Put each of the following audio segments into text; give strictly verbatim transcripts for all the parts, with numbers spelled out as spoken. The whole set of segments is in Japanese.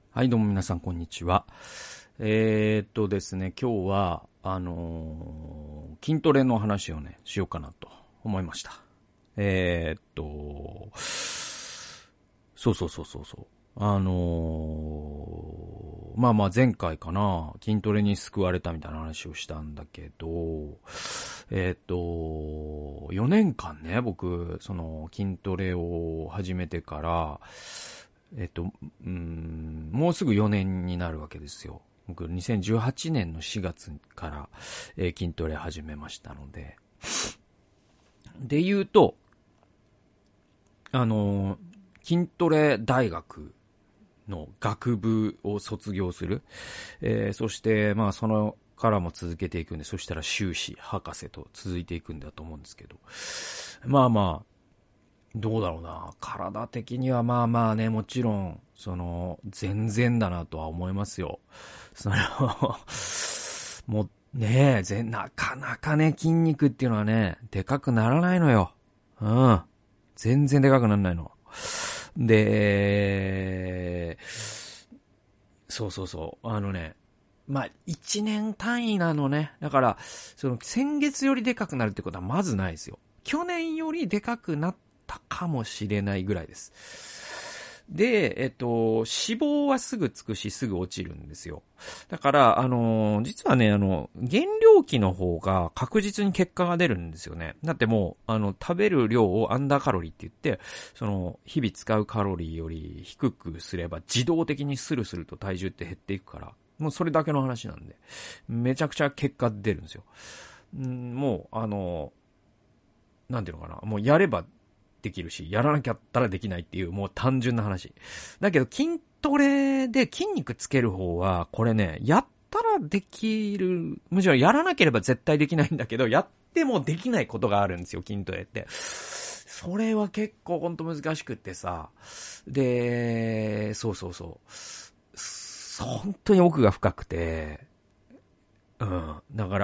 はい、どうも皆さん、こんにちは。えー、っとですね、今日は、あのー、筋トレの話をね、しようかなと思いました。えー、っと、そうそうそうそうそう。あのー、まあまあ前回かな、筋トレに救われたみたいな話をしたんだけど、えー、っと、よねんかんね、僕、その筋トレを始めてから、えっと、うーん、もうすぐよねんになるわけですよ。僕、にせんじゅうはちねんのしがつから、えー筋トレ始めましたので。で言うと、あのー筋トレ大学の学部を卒業する。えーそして、まあ、そのからも続けていくんで、そしたら修士、博士と続いていくんだと思うんですけど。まあまあ、どうだろうな。体的にはまあまあね、もちろん、その、全然だなとは思いますよ。その、もうねえ、ぜ、なかなかね、筋肉っていうのはね、でかくならないのよ。うん。全然でかくならないの。で、そうそうそう。あのね、まあ、一年単位なのね。だから、その、先月よりでかくなるってことはまずないですよ。去年よりでかくなったかもしれないぐらいです。で、えっと、脂肪はすぐつくし、すぐ落ちるんですよ。だから、あのー実はね、あの、減量期の方が確実に結果が出るんですよね。だってもう、あの、食べる量をアンダーカロリーって言って、その、日々使うカロリーより低くすれば自動的にスルスルと体重って減っていくから、もうそれだけの話なんで、めちゃくちゃ結果出るんですよ。んもう、あの、なんていうのかな、もうやればできるし、やらなきゃったらできないっていう、もう単純な話。だけど、筋トレで筋肉つける方は、これね、やったらできる、むしろやらなければ絶対できないんだけど、やってもできないことがあるんですよ、筋トレって。それは結構ほんと難しくってさ。で、そうそうそう。本当に奥が深くて、うん。だから、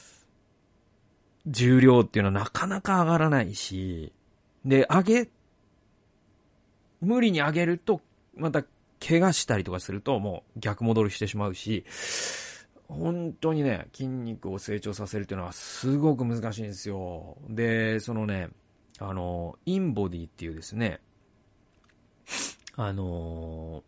重量っていうのはなかなか上がらないし、で、上げ、無理に上げると、また怪我したりとかするともう逆戻りしてしまうし、本当にね、筋肉を成長させるっていうのはすごく難しいんですよ。で、そのね、あの、インボディっていうですね、あの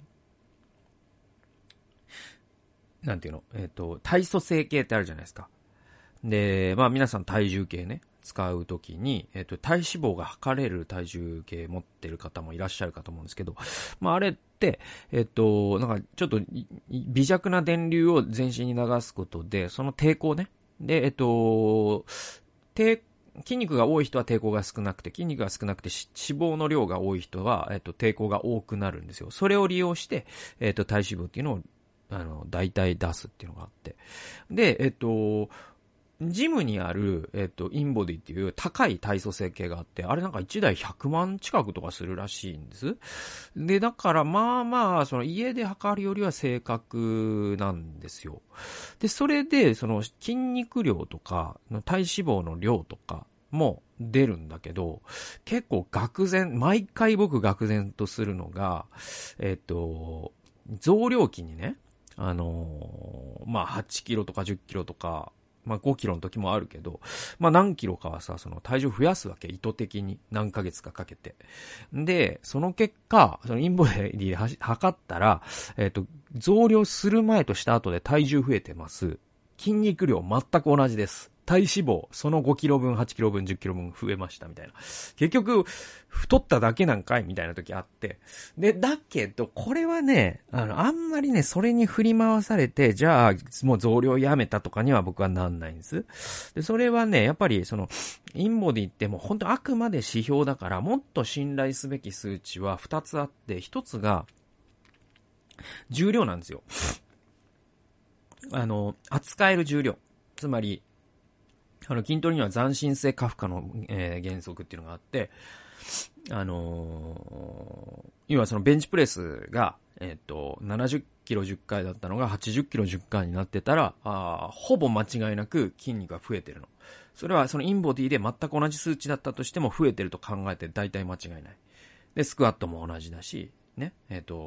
なんていうの、えっと、体組成計ってあるじゃないですか。で、まあ皆さん体重計ね、使うときに、えっと、体脂肪が測れる体重計持ってる方もいらっしゃるかと思うんですけど、まああれって、えっと、なんかちょっと微弱な電流を全身に流すことで、その抵抗ね。で、えっと、抵筋肉が多い人は抵抗が少なくて、筋肉が少なくて脂肪の量が多い人は、えっと、抵抗が多くなるんですよ。それを利用して、えっと、体脂肪っていうのを、あの、大体出すっていうのがあって。で、えっと、ジムにある、えっと、インボディっていう高い体組成計があって、あれなんかいちだいひゃくまん近くとかするらしいんです。で、だからまあまあ、その家で測るよりは正確なんですよ。で、それで、その筋肉量とか、体脂肪の量とかも出るんだけど、結構愕然、毎回僕愕然とするのが、えっと、増量期にね、あのーまあ、はちキロとかじゅっキロとか、まあごキロの時もあるけど、まあ何キロかはさ、その体重増やすわけ、意図的に何ヶ月かかけて。で、その結果、そのインボディで測ったら、えっと、増量する前とした後で体重増えてます。筋肉量全く同じです。体脂肪、そのごキロぶん、はちキロぶん、じゅっキロぶん増えましたみたいな。結局、太っただけなんかいみたいな時あって。で、だけど、これはね、あの、あんまりね、それに振り回されて、じゃあ、もう増量やめたとかには僕はなんないんです。で、それはね、やっぱり、その、インボディってもう本当あくまで指標だから、もっと信頼すべき数値はふたつあって、ひとつが、重量なんですよ。あの、扱える重量。つまり、あの、筋トレには斬新性過負荷の、えー原則っていうのがあって、あのー、要はそのベンチプレスが、えっと、ななじゅっキロじゅっかいだったのがはちじゅっキロじゅっかいになってたら、あほぼ間違いなく筋肉が増えてるの。それはそのインボディで全く同じ数値だったとしても増えてると考えて大体間違いない。で、スクワットも同じだし、ね、えっと、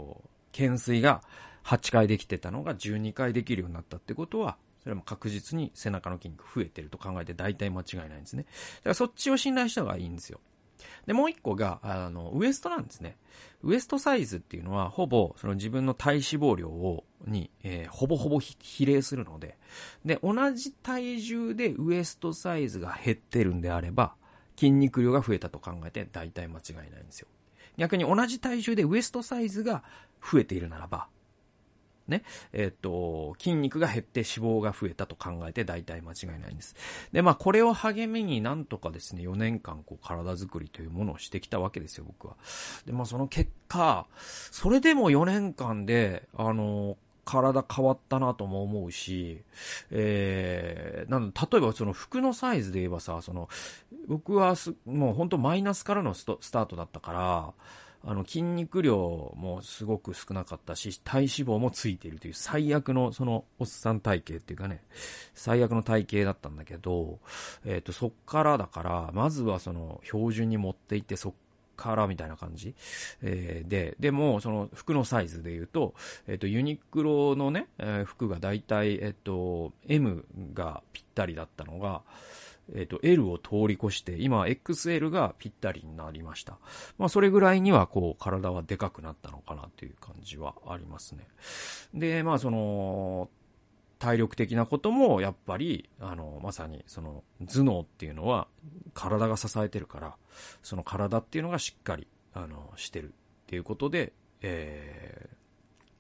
懸垂がはちかいできてたのがじゅうにかいできるようになったってことは、それも確実に背中の筋肉増えてると考えて大体間違いないんですね。だからそっちを信頼した方がいいんですよ。で、もう一個が、あの、ウエストなんですね。ウエストサイズっていうのは、ほぼ、その自分の体脂肪量を、に、えー、ほぼほぼ比例するので、で、同じ体重でウエストサイズが減ってるんであれば、筋肉量が増えたと考えて大体間違いないんですよ。逆に同じ体重でウエストサイズが増えているならば、ね、えっと、筋肉が減って脂肪が増えたと考えて大体間違いないんです。で、まあ、これを励みになんとかですね、よねんかんこう体作りというものをしてきたわけですよ、僕は。で、まあ、その結果、それでもよねんかんで、あの、体変わったなとも思うし、えー、なん例えばその服のサイズで言えばさ、その、僕はすもう本当マイナスからのスト、スタートだったから、あの筋肉量もすごく少なかったし、体脂肪もついているという最悪のそのおっさん体型っていうかね、最悪の体型だったんだけど、えっと、そっからだから、まずはその標準に持っていって、そっからみたいな感じ、えー、で、でもその服のサイズで言うと、えっと、ユニクロのね、えー、服がだいたい、えっと、エム がぴったりだったのが、えっと、エル を通り越して、今 エックスエル がぴったりになりました。まあ、それぐらいには、こう、体はでかくなったのかなという感じはありますね。で、まあ、その、体力的なことも、やっぱり、あの、まさに、その、頭脳っていうのは、体が支えてるから、その体っていうのがしっかり、あの、してるっていうことで、えー、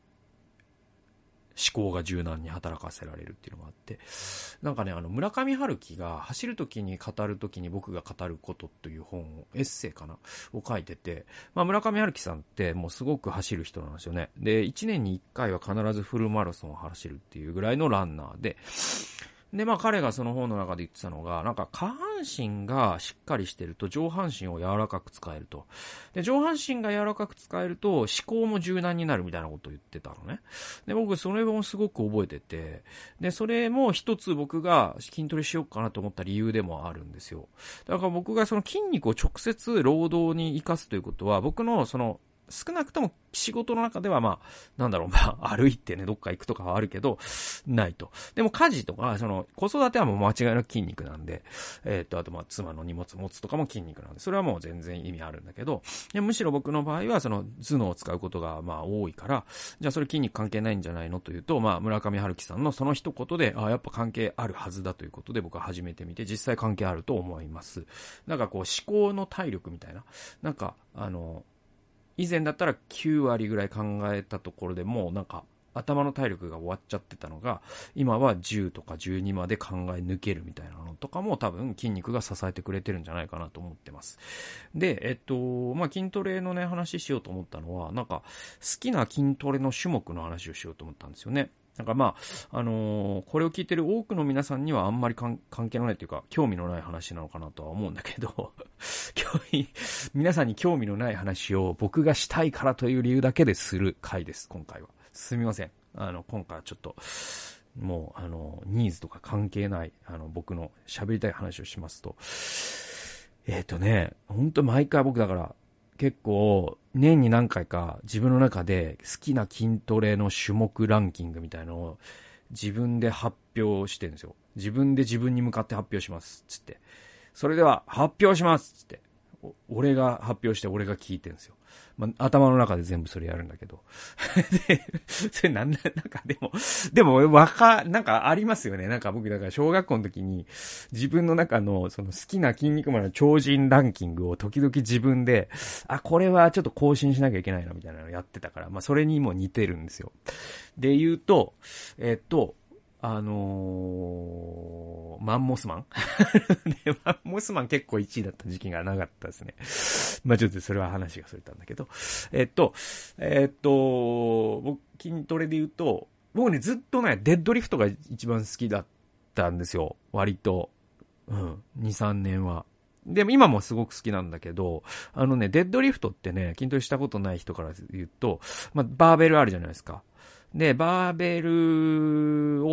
思考が柔軟に働かせられるっていうのがあって、なんかね、あの村上春樹が走るときに語るときに僕が語ることという本を、エッセイかなを書いてて、まあ村上春樹さんってもうすごく走る人なんですよね。で、いちねんにいっかいは必ずフルマラソンを走るっていうぐらいのランナーで、で、まあ彼がその本の中で言ってたのが、なんか下半身がしっかりしてると上半身を柔らかく使えると。で、上半身が柔らかく使えると思考も柔軟になるみたいなことを言ってたのね。で、僕それもすごく覚えてて、で、それも一つ僕が筋トレしようかなと思った理由でもあるんですよ。だから僕がその筋肉を直接労働に活かすということは、僕のその少なくとも仕事の中ではまあ、なんだろう、まあ、歩いてね、どっか行くとかはあるけど、ないと。でも家事とか、その、子育てはもう間違いなく筋肉なんで、えっと、あとまあ、妻の荷物持つとかも筋肉なんで、それはもう全然意味あるんだけど、むしろ僕の場合は、その、頭脳を使うことがまあ多いから、じゃあそれ筋肉関係ないんじゃないのというと、まあ、村上春樹さんのその一言で、あ、やっぱ関係あるはずだということで僕は始めてみて、実際関係あると思います。なんかこう、思考の体力みたいな、なんか、あの、以前だったらきゅうわりぐらい考えたところでもうなんか頭の体力が終わっちゃってたのが今はじゅうとかじゅうにまで考え抜けるみたいなのとかも多分筋肉が支えてくれてるんじゃないかなと思ってます。で、えっと、まあ、筋トレのね話しようと思ったのはなんか好きな筋トレの種目の話をしようと思ったんですよね。なんかまあ、あのー、これを聞いてる多くの皆さんにはあんまり関係のないというか、興味のない話なのかなとは思うんだけど、興味、皆さんに興味のない話を僕がしたいからという理由だけでする回です、今回は。すみません。あの、今回はちょっと、もう、あの、ニーズとか関係ない、あの、僕の喋りたい話をしますと、えっとね、ほんと毎回僕だから、結構年に何回か自分の中で好きな筋トレの種目ランキングみたいなのを自分で発表してるんですよ。自分で自分に向かって発表しますつって、それでは発表しますつって、俺が発表して俺が聞いてるんですよ。まあ、頭の中で全部それやるんだけど。で、それなんだ、なんかでも、でもわか、なんかありますよね。なんか僕だから小学校の時に自分の中のその好きな筋肉マンの超人ランキングを時々自分で、あ、これはちょっと更新しなきゃいけないなみたいなのやってたから、まあそれにも似てるんですよ。で言うと、えっと、あのー、マンモスマンでマンモスマン結構いちいだった時期がなかったですね。まあちょっとそれは話がそれたんだけど。えっと、えっと、僕筋トレで言うと、僕ねずっとね、デッドリフトが一番好きだったんですよ。割と。うん。に、さんねんは。でも今もすごく好きなんだけど、あのね、デッドリフトってね、筋トレしたことない人から言うと、まあバーベルあるじゃないですか。で、バーベルを、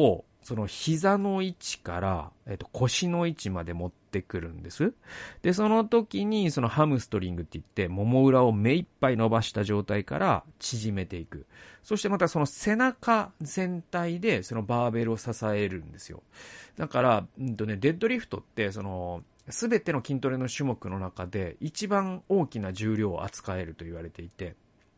その膝の位置から、えっと、腰の位置まで持ってくるんです。で、その時に、そのハムストリングって言って、もも裏を目いっぱい伸ばした状態から縮めていく。そしてまたその背中全体でそのバーベルを支えるんですよ。だから、うんとね、デッドリフトって、その、すべての筋トレの種目の中で一番大きな重量を扱えると言われていて、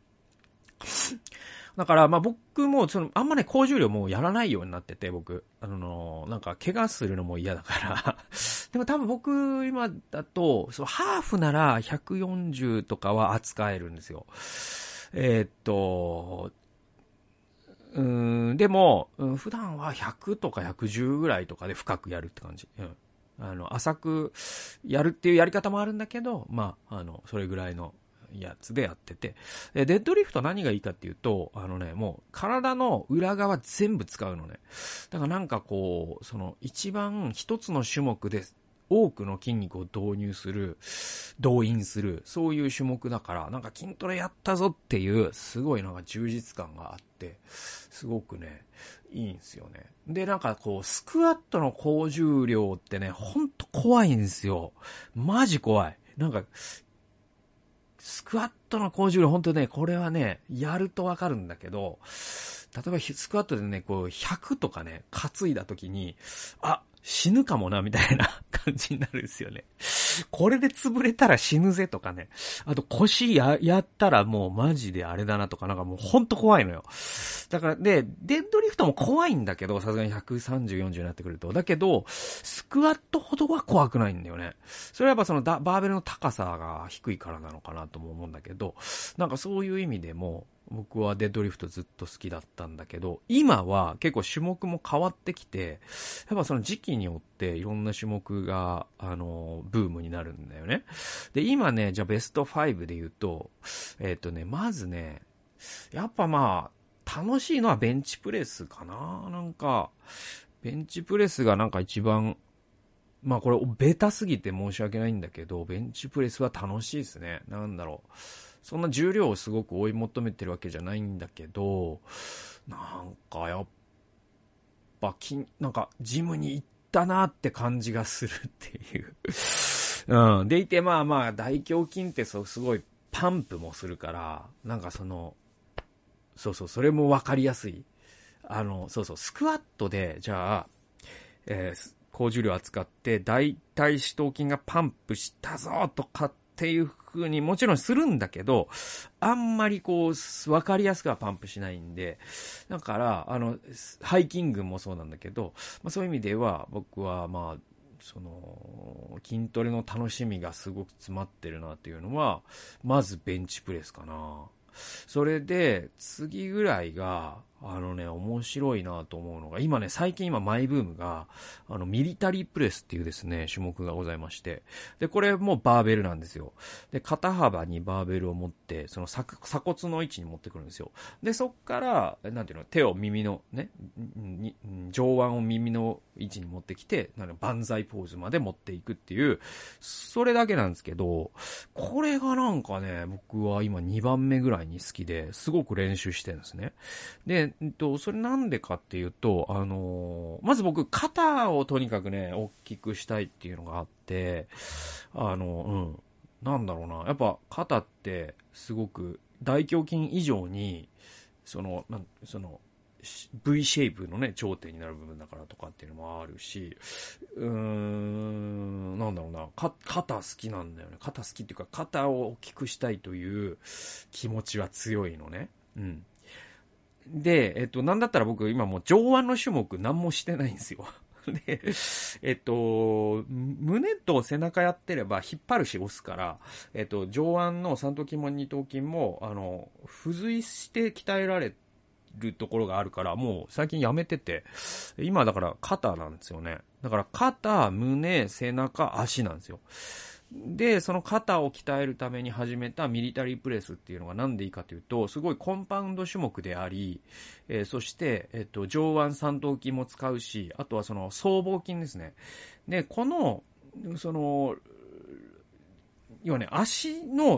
だから、まあ僕も、その、あんまね、高重量もうやらないようになってて、僕。あの、なんか、怪我するのも嫌だからでも多分僕、今だと、その、ハーフならひゃくよんじゅうとかは扱えるんですよ。えー、っと、うーん、でも、うん、普段はひゃくとかひゃくじゅうぐらいとかで深くやるって感じ。うん。あの、浅くやるっていうやり方もあるんだけど、まあ、あの、それぐらいのやつでやってて。で、デッドリフト何がいいかっていうと、あのね、もう体の裏側全部使うのね。だからなんかこう、その一番一つの種目で多くの筋肉を導入する、動員する、そういう種目だから、なんか筋トレやったぞっていう、すごいなんか充実感があって、すごくね、いいんですよね。で、なんかこう、スクワットの高重量ってね、ほんと怖いんですよ。マジ怖い。なんか、スクワットの高重量、ほんとね、これはね、やるとわかるんだけど、例えばスクワットでね、こう、ひゃくとかね、担いだ時に、あ、死ぬかもな、みたいな感じになるんですよね。これで潰れたら死ぬぜとかね。あと腰や、やったらもうマジであれだなとか、なんかもうほんと怖いのよ。だから、で、デッドリフトも怖いんだけど、さすがにひゃくさんじゅう、よんじゅうになってくると。だけど、スクワットほどは怖くないんだよね。それはやっぱそのバーベルの高さが低いからなのかなとも思うんだけど、なんかそういう意味でも、僕はデッドリフトずっと好きだったんだけど、今は結構種目も変わってきて、やっぱその時期によっていろんな種目が、あの、ブームになるんだよね。で、今ね、じゃあベストごで言うと、えっとね、まずね、やっぱまあ、楽しいのはベンチプレスかな。なんか、ベンチプレスがなんか一番、まあこれベタすぎて申し訳ないんだけど、ベンチプレスは楽しいですね。なんだろう。そんな重量をすごく追い求めてるわけじゃないんだけど、なんかやっぱき、なんかジムに行ったなって感じがするっていう。うん。でいてまあまあ大胸筋ってそうすごいパンプもするから、なんかその、そうそう、それもわかりやすい。あの、そうそう、スクワットで、じゃあ、えー、高重量扱って、大腿四頭筋がパンプしたぞとかっていう風にもちろんするんだけど、あんまりこう、わかりやすくはパンプしないんで、だから、あの、ハイキングもそうなんだけど、まあそういう意味では、僕はまあ、その、筋トレの楽しみがすごく詰まってるなっていうのは、まずベンチプレスかな。それで、次ぐらいが、あのね、面白いなと思うのが、今ね、最近今マイブームが、あの、ミリタリープレスっていうですね、種目がございまして、で、これもバーベルなんですよ。で、肩幅にバーベルを持って、その鎖骨の位置に持ってくるんですよ。で、そっから、なんていうの、手を耳のね、上腕を耳の位置に持ってきて、なんか万歳ポーズまで持っていくっていう、それだけなんですけど、これがなんかね、僕は今にばんめぐらいに好きで、すごく練習してるんですね。で、えっと、それなんでかっていうと、あのー、まず僕、肩をとにかくね、大きくしたいっていうのがあってね、あの、うん、なんだろうな、やっぱ肩ってすごく大胸筋以上に、その、なん、その、V シェイプのね、頂点になる部分だからとかっていうのもあるし、うーん、なんだろうな、か、肩好きなんだよね。肩好きっていうか、肩を大きくしたいという気持ちは強いのね。うん。で、えっと、なんだったら僕今もう上腕の種目何もしてないんですよ。で、えっと、胸と背中やってれば引っ張るし押すから、えっと、上腕の三頭筋も二頭筋も、あの、付随して鍛えられるところがあるから、もう最近やめてて、今だから肩なんですよね。だから肩、胸、背中、足なんですよ。で、その肩を鍛えるために始めたミリタリープレスっていうのがなんでいいかというと、すごいコンパウンド種目であり、えー、そして、えっと、上腕三頭筋も使うし、あとはその僧帽筋ですね。で、この、その、要はね、足の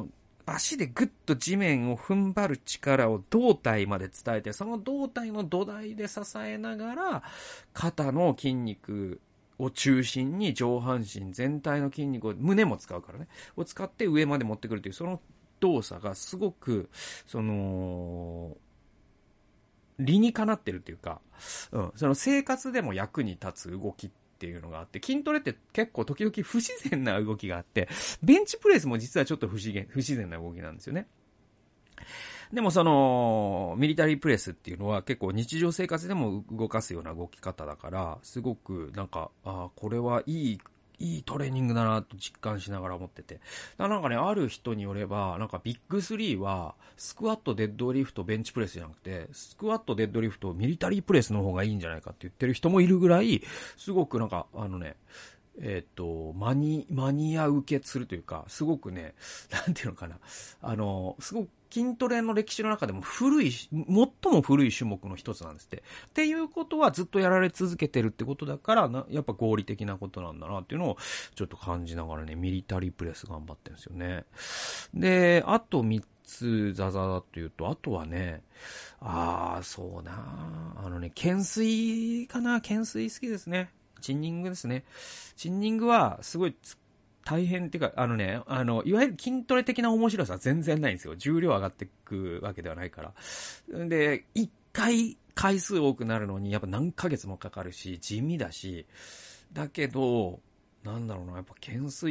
足でグッと地面を踏ん張る力を胴体まで伝えて、その胴体の土台で支えながら、肩の筋肉を中心に上半身全体の筋肉を、胸も使うからね、を使って上まで持ってくるという、その動作がすごく、その、理にかなってるっていうか、うん、その生活でも役に立つ動きっていうのがあって、筋トレって結構時々不自然な動きがあって、ベンチプレスも実はちょっと不自然、不自然な動きなんですよね。でもその、ミリタリープレスっていうのは結構日常生活でも動かすような動き方だから、すごくなんか、ああ、これはいい、いいトレーニングだなと実感しながら思ってて。なんかね、ある人によれば、なんかビッグスリーは、スクワット、デッドリフト、ベンチプレスじゃなくて、スクワット、デッドリフト、ミリタリープレスの方がいいんじゃないかって言ってる人もいるぐらい、すごくなんか、あのね、えっと、マニ、マニア受けするというか、すごくね、なんていうのかな。あの、すごく筋トレの歴史の中でも古い、最も古い種目の一つなんですって。っていうことはずっとやられ続けてるってことだからな、やっぱ合理的なことなんだなっていうのをちょっと感じながらね、ミリタリープレス頑張ってるんですよね。で、あとみっつザザザというと、あとはね、あー、そうなあのね、懸垂かな、懸垂好きですね。チンニングですね。チンニングはすごい大変っていうか、あのね、あの、いわゆる筋トレ的な面白さは全然ないんですよ。重量上がっていくわけではないから。で、一回回数多くなるのにやっぱ何ヶ月もかかるし、地味だし、だけど、なんだろうな、やっぱ懸垂って、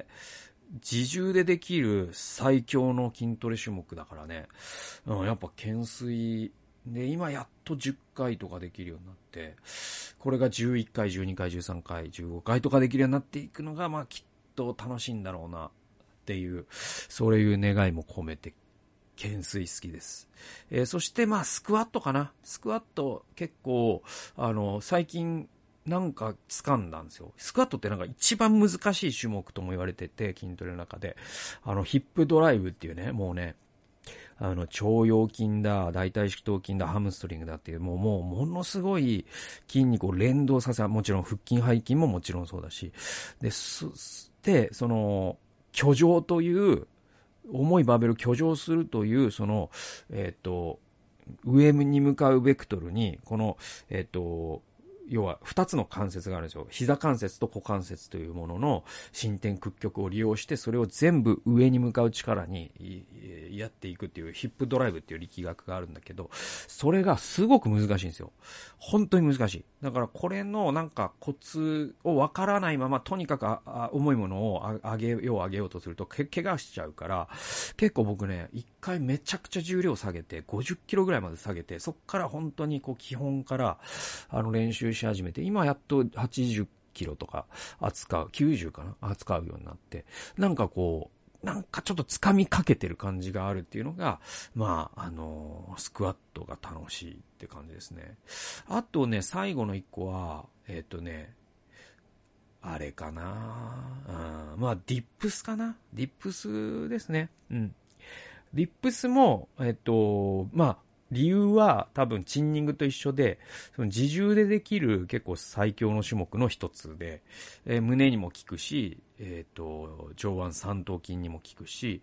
自重でできる最強の筋トレ種目だからね。うん、やっぱ懸垂、で、今やっとじゅっかいとかできるようになって、これがじゅういっかい、じゅうにかい、じゅうさんかい、じゅうごかいとかできるようになっていくのが、まあきっと楽しいんだろうなっていう、そういう願いも込めて、懸垂好きです。えー、そしてまあスクワットかな。スクワット結構、あの、最近、なんか掴んだんですよ。スクワットってなんか一番難しい種目とも言われてて、筋トレの中で。あの、ヒップドライブっていうね、もうね、あの、腸腰筋だ、大腿四頭筋だ、ハムストリングだっていう、もう、もう、ものすごい筋肉を連動させ、もちろん腹筋、背筋ももちろんそうだし、で、そ、で、その、挙上という、重いバーベルを挙上するという、その、えっと、上に向かうベクトルに、この、えっと、要は二つの関節があるんですよ。膝関節と股関節というものの伸展屈曲を利用して、それを全部上に向かう力にやっていくっていうヒップドライブっていう力学があるんだけど、それがすごく難しいんですよ。本当に難しい。だからこれのなんかコツをわからないまま、とにかく重いものを上げよう上げようとするとけ怪我しちゃうから、結構僕ね、一回めちゃくちゃ重量下げて、ごじゅっキロぐらいまで下げて、そっから本当にこう基本からあの練習し始めて、今やっとはちじゅっキロとか扱う、きゅうじゅうかな扱うようになって、なんかこう、なんかちょっと掴みかけてる感じがあるっていうのが、まあ、あのー、スクワットが楽しいって感じですね。あとね、最後の一個は、えっとね、あれかな、うん、まあ、ディップスかなディップスですね。うん。ディップスも、えっと、まあ、理由は多分チンニングと一緒で、その自重でできる結構最強の種目の一つで、えー、胸にも効くし、えっと、上腕三頭筋にも効くし、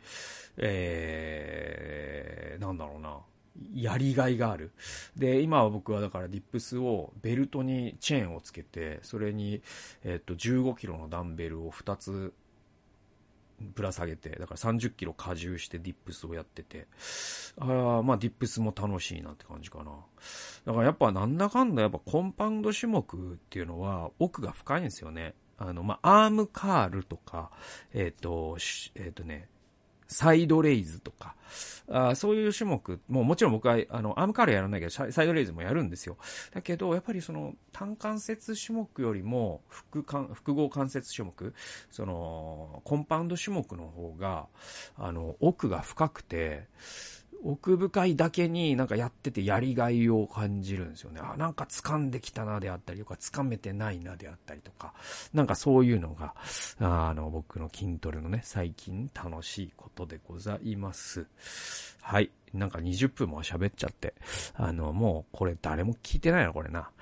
えー、なんだろうな。やりがいがある。で、今は僕はだからディップスをベルトにチェーンをつけて、それに、えっと、じゅうごキロのダンベルをふたつぶら下げて、だからさんじゅっキロ荷重してディップスをやってて、あまあディップスも楽しいなって感じかな。だからやっぱなんだかんだやっぱコンパウンド種目っていうのは奥が深いんですよね。あの、まあアームカールとか、えっと、えっとね、サイドレイズとか、あそういう種目、もうもちろん僕はあのアームカールやらないけど、サイドレイズもやるんですよ。だけど、やっぱりその単関節種目よりも複関複合関節種目、そのコンパウンド種目の方が、あの、奥が深くて、奥深いだけになんかやっててやりがいを感じるんですよね。あ、なんか掴んできたなであったりとか、掴めてないなであったりとか、なんかそういうのが、あの、僕の筋トレのね、最近楽しいことでございます。 はい。なんかにじゅっぷんも喋っちゃって。あの、もうこれ誰も聞いてないな、これな。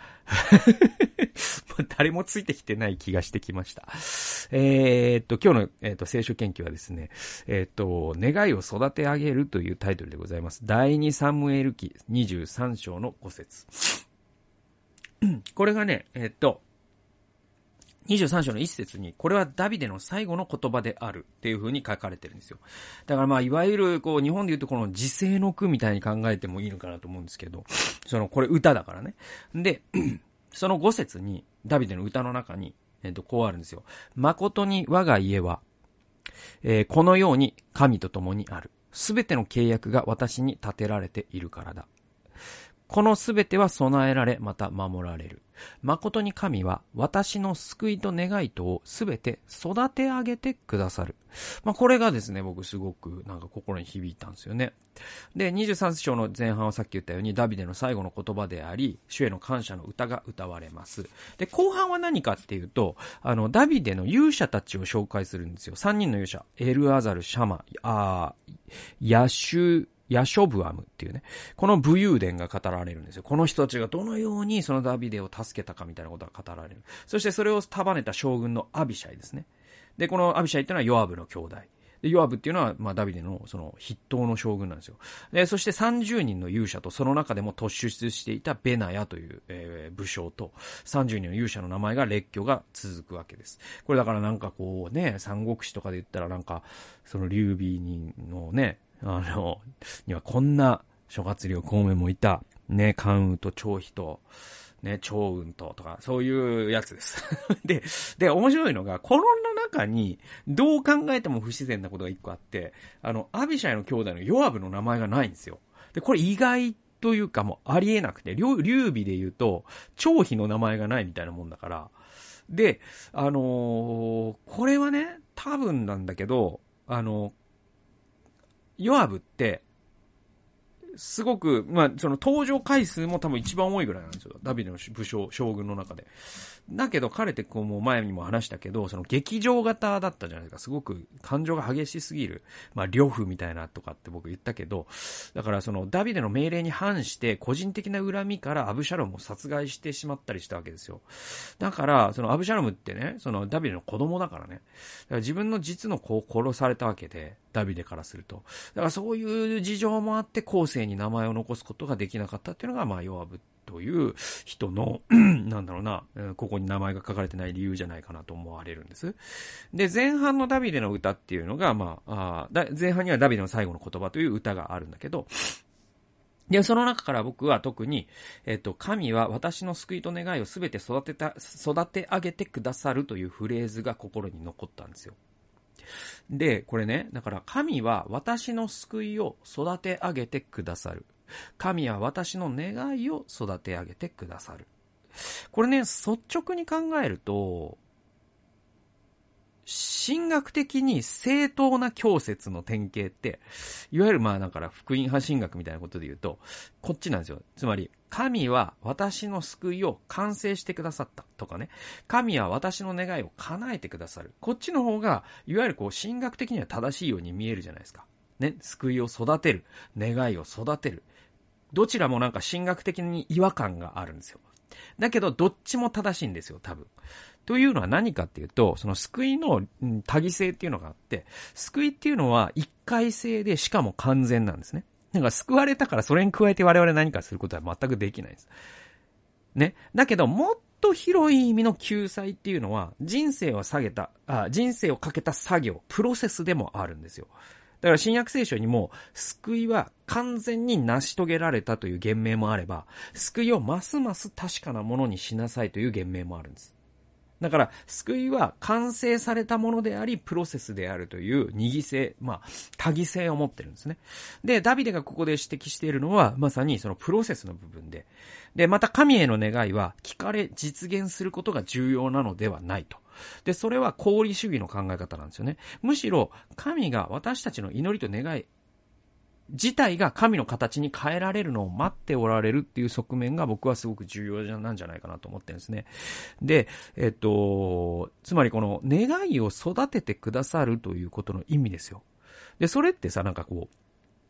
誰もついてきてない気がしてきました。えー、っと、今日の、えー、っと聖書研究はですね、えー、っと、願いを育て上げるというタイトルでございます。第二サムエル記にじゅうさん章のご節。これがね、えー、っと、にじゅうさん章の一節に、これはダビデの最後の言葉であるっていう風に書かれてるんですよ。だからまあ、いわゆる、こう、日本で言うとこの時世の句みたいに考えてもいいのかなと思うんですけど、その、これ歌だからね。で、そのご節に、ダビデの歌の中に、えっと、こうあるんですよ。誠に我が家は、えー、このように神と共にある。すべての契約が私に立てられているからだ。このすべては備えられ、また守られる。誠に神は私の救いと願いとをすべて育て上げてくださる。まあこれがですね、僕すごくなんか心に響いたんですよね。で、にじゅうさん章の前半はさっき言ったようにダビデの最後の言葉であり、主への感謝の歌が歌われます。で、後半は何かっていうと、あの、ダビデの勇者たちを紹介するんですよ。さんにんの勇者。エルアザル、シャマ、あヤシュ、ヤショブアムっていうね、この武勇伝が語られるんですよ。この人たちがどのようにそのダビデを助けたかみたいなことが語られる。そしてそれを束ねた将軍のアビシャイですね。で、このアビシャイっていうのはヨアブの兄弟。で、ヨアブっていうのは、まあ、ダビデのその筆頭の将軍なんですよ。で、そしてさんじゅうにんの勇者と、その中でも突出していたベナヤという、えー、武将と、さんじゅうにんの勇者の名前が列挙が続くわけです。これだからなんかこうね、三国志とかで言ったらなんか、その劉備のね、あの、にはこんな諸葛亮孔明もいた。ね、関羽と張飛と、ね、趙雲と、とか、そういうやつです。で、で、面白いのが、この中に、どう考えても不自然なことが一個あって、あの、アビシャイの兄弟のヨアブの名前がないんですよ。で、これ意外というかもうありえなくて、劉備で言うと、張飛の名前がないみたいなもんだから、で、あのー、これはね、多分なんだけど、あの、ヨアブって、すごく、まあ、その登場回数も多分一番多いぐらいなんですよ。ダビデの武将、将軍の中で。だけど彼ってこうもう前にも話したけど、その劇場型だったじゃないですか。すごく感情が激しすぎる。まあ、呂布みたいなとかって僕言ったけど、だからそのダビデの命令に反して個人的な恨みからアブシャロムを殺害してしまったりしたわけですよ。だから、そのアブシャロムってね、そのダビデの子供だからね。だから自分の実の子を殺されたわけで、ダビデからすると。だからそういう事情もあって後世に名前を残すことができなかったっていうのが、まあ、ヨアブという人の、なんだろうな、ここに名前が書かれてない理由じゃないかなと思われるんです。で、前半のダビデの歌っていうのが、まあ、あ前半にはダビデの最後の言葉という歌があるんだけど、で、その中から僕は特に、えっと、神は私の救いと願いをすべて育てた、育て上げてくださるというフレーズが心に残ったんですよ。で、これね、だから神は私の救いを育て上げてくださる。神は私の願いを育て上げてくださる。これね、率直に考えると、神学的に正当な教説の典型って、いわゆるまあだから福音派神学みたいなことで言うと、こっちなんですよ。つまり、神は私の救いを完成してくださったとかね。神は私の願いを叶えてくださる。こっちの方が、いわゆるこう神学的には正しいように見えるじゃないですか。ね。救いを育てる。願いを育てる。どちらもなんか神学的に違和感があるんですよ。だけど、どっちも正しいんですよ、多分。というのは何かっていうと、その救いの多義性っていうのがあって、救いっていうのは一回性でしかも完全なんですね。なんか救われたからそれに加えて我々何かすることは全くできないです。ね。だけど、もっと広い意味の救済っていうのは、人生を下げた、あ、人生をかけた作業、プロセスでもあるんですよ。だから新約聖書にも、救いは完全に成し遂げられたという言明もあれば、救いをますます確かなものにしなさいという言明もあるんです。だから、救いは完成されたものであり、プロセスであるという二義性、まあ、多義性を持ってるんですね。で、ダビデがここで指摘しているのは、まさにそのプロセスの部分で。で、また神への願いは、聞かれ実現することが重要なのではないと。で、それは功利主義の考え方なんですよね。むしろ、神が私たちの祈りと願い、自体が神の形に変えられるのを待っておられるっていう側面が僕はすごく重要なんじゃないかなと思ってるんですね。で、えっと、つまりこの願いを育ててくださるということの意味ですよ。で、それってさ、なんかこう、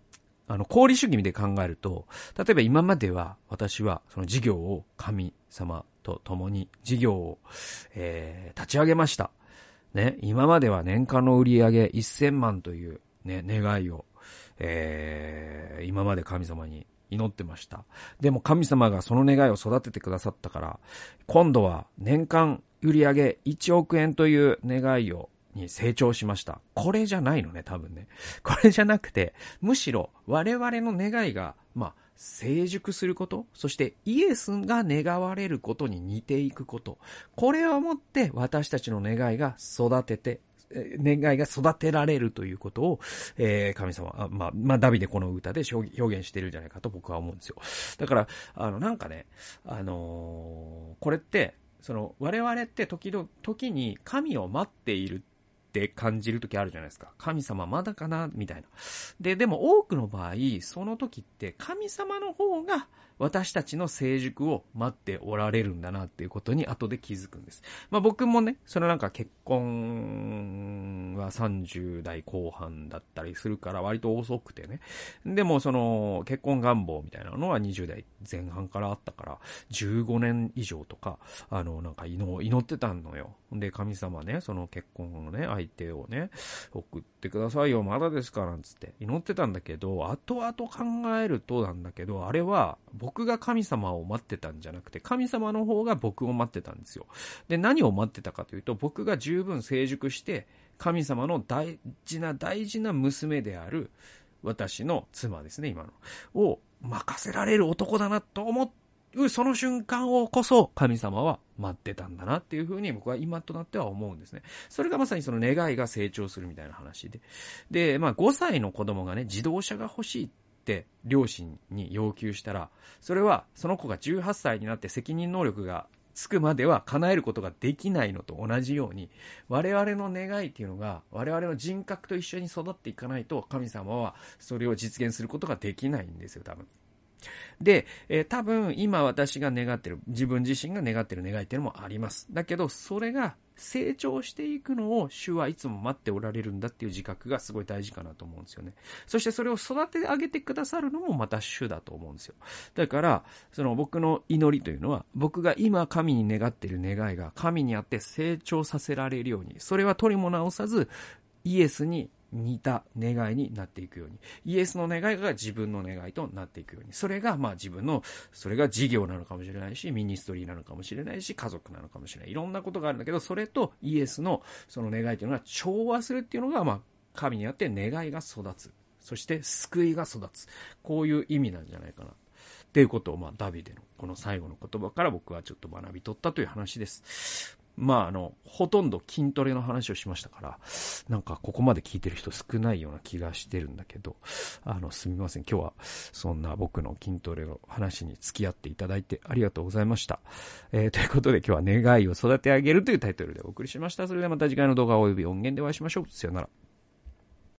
あの、功利主義で考えると、例えば今までは私はその事業を神様と共に事業を、えー、立ち上げました。ね、今までは年間の売り上げせんまんというね、願いを、えー、今まで神様に祈ってました。でも神様がその願いを育ててくださったから、今度は年間売り上げいちおくえんという願いをに成長しました。これじゃないのね、多分ね。これじゃなくて、むしろ我々の願いが、まあ、成熟すること、そしてイエスが願われることに似ていくこと。これをもって私たちの願いが育てて、願いが育てられるということを、えー、神様、あまあ、まあ、ダビデこの歌で表現しているんじゃないかと僕は思うんですよ。だから、あの、なんかね、あのー、これって、その、我々って時々、時に神を待っているって感じる時あるじゃないですか。神様まだかなみたいな。で、でも多くの場合、その時って神様の方が私たちの成熟を待っておられるんだなっていうことに後で気づくんです。まあ僕もね、そのなんか結婚はさんじゅうだいこう半だったりするから割と遅くてね。でもその結婚願望みたいなのはにじゅうだいぜん半からあったからじゅうごねん以上とか、あのなんか祈ってたのよ。で、神様ね、その結婚のね、相手をね、送ってくださいよ、まだですかなんつって祈ってたんだけど、後々考えるとなんだけど、あれは僕が神様を待ってたんじゃなくて、神様の方が僕を待ってたんですよ。で、何を待ってたかというと、僕が十分成熟して、神様の大事な大事な娘である私の妻ですね、今の。を任せられる男だなと思って、その瞬間をこそ神様は待ってたんだなっていうふうに僕は今となっては思うんですね。それがまさにその願いが成長するみたいな話で。で、まあごさいの子供がね、自動車が欲しいって両親に要求したら、それはその子がじゅうはっさいになって責任能力がつくまでは叶えることができないのと同じように、我々の願いっていうのが我々の人格と一緒に育っていかないと神様はそれを実現することができないんですよ、多分。で、えー、多分今私が願ってる、自分自身が願ってる願いっていうのもあります。だけどそれが成長していくのを主はいつも待っておられるんだっていう自覚がすごい大事かなと思うんですよね。そしてそれを育て上げてくださるのもまた主だと思うんですよ。だからその僕の祈りというのは、僕が今神に願っている願いが神にあって成長させられるように、それは取りも直さずイエスに似た願いになっていくように、イエスの願いが自分の願いとなっていくように、それがまあ自分の、それが事業なのかもしれないし、ミニストリーなのかもしれないし、家族なのかもしれない、いろんなことがあるんだけど、それとイエスのその願いというのは調和するっていうのが、まあ神にあって願いが育つ、そして救いが育つ、こういう意味なんじゃないかなっていうことを、まあダビデのこの最後の言葉から僕はちょっと学び取ったという話です。まああのほとんど筋トレの話をしましたから、なんかここまで聞いてる人少ないような気がしてるんだけど、あのすみません、今日はそんな僕の筋トレの話に付き合っていただいてありがとうございました。えー、ということで今日は願いを育て上げるというタイトルでお送りしました。それではまた次回の動画および音源でお会いしましょう。さよなら。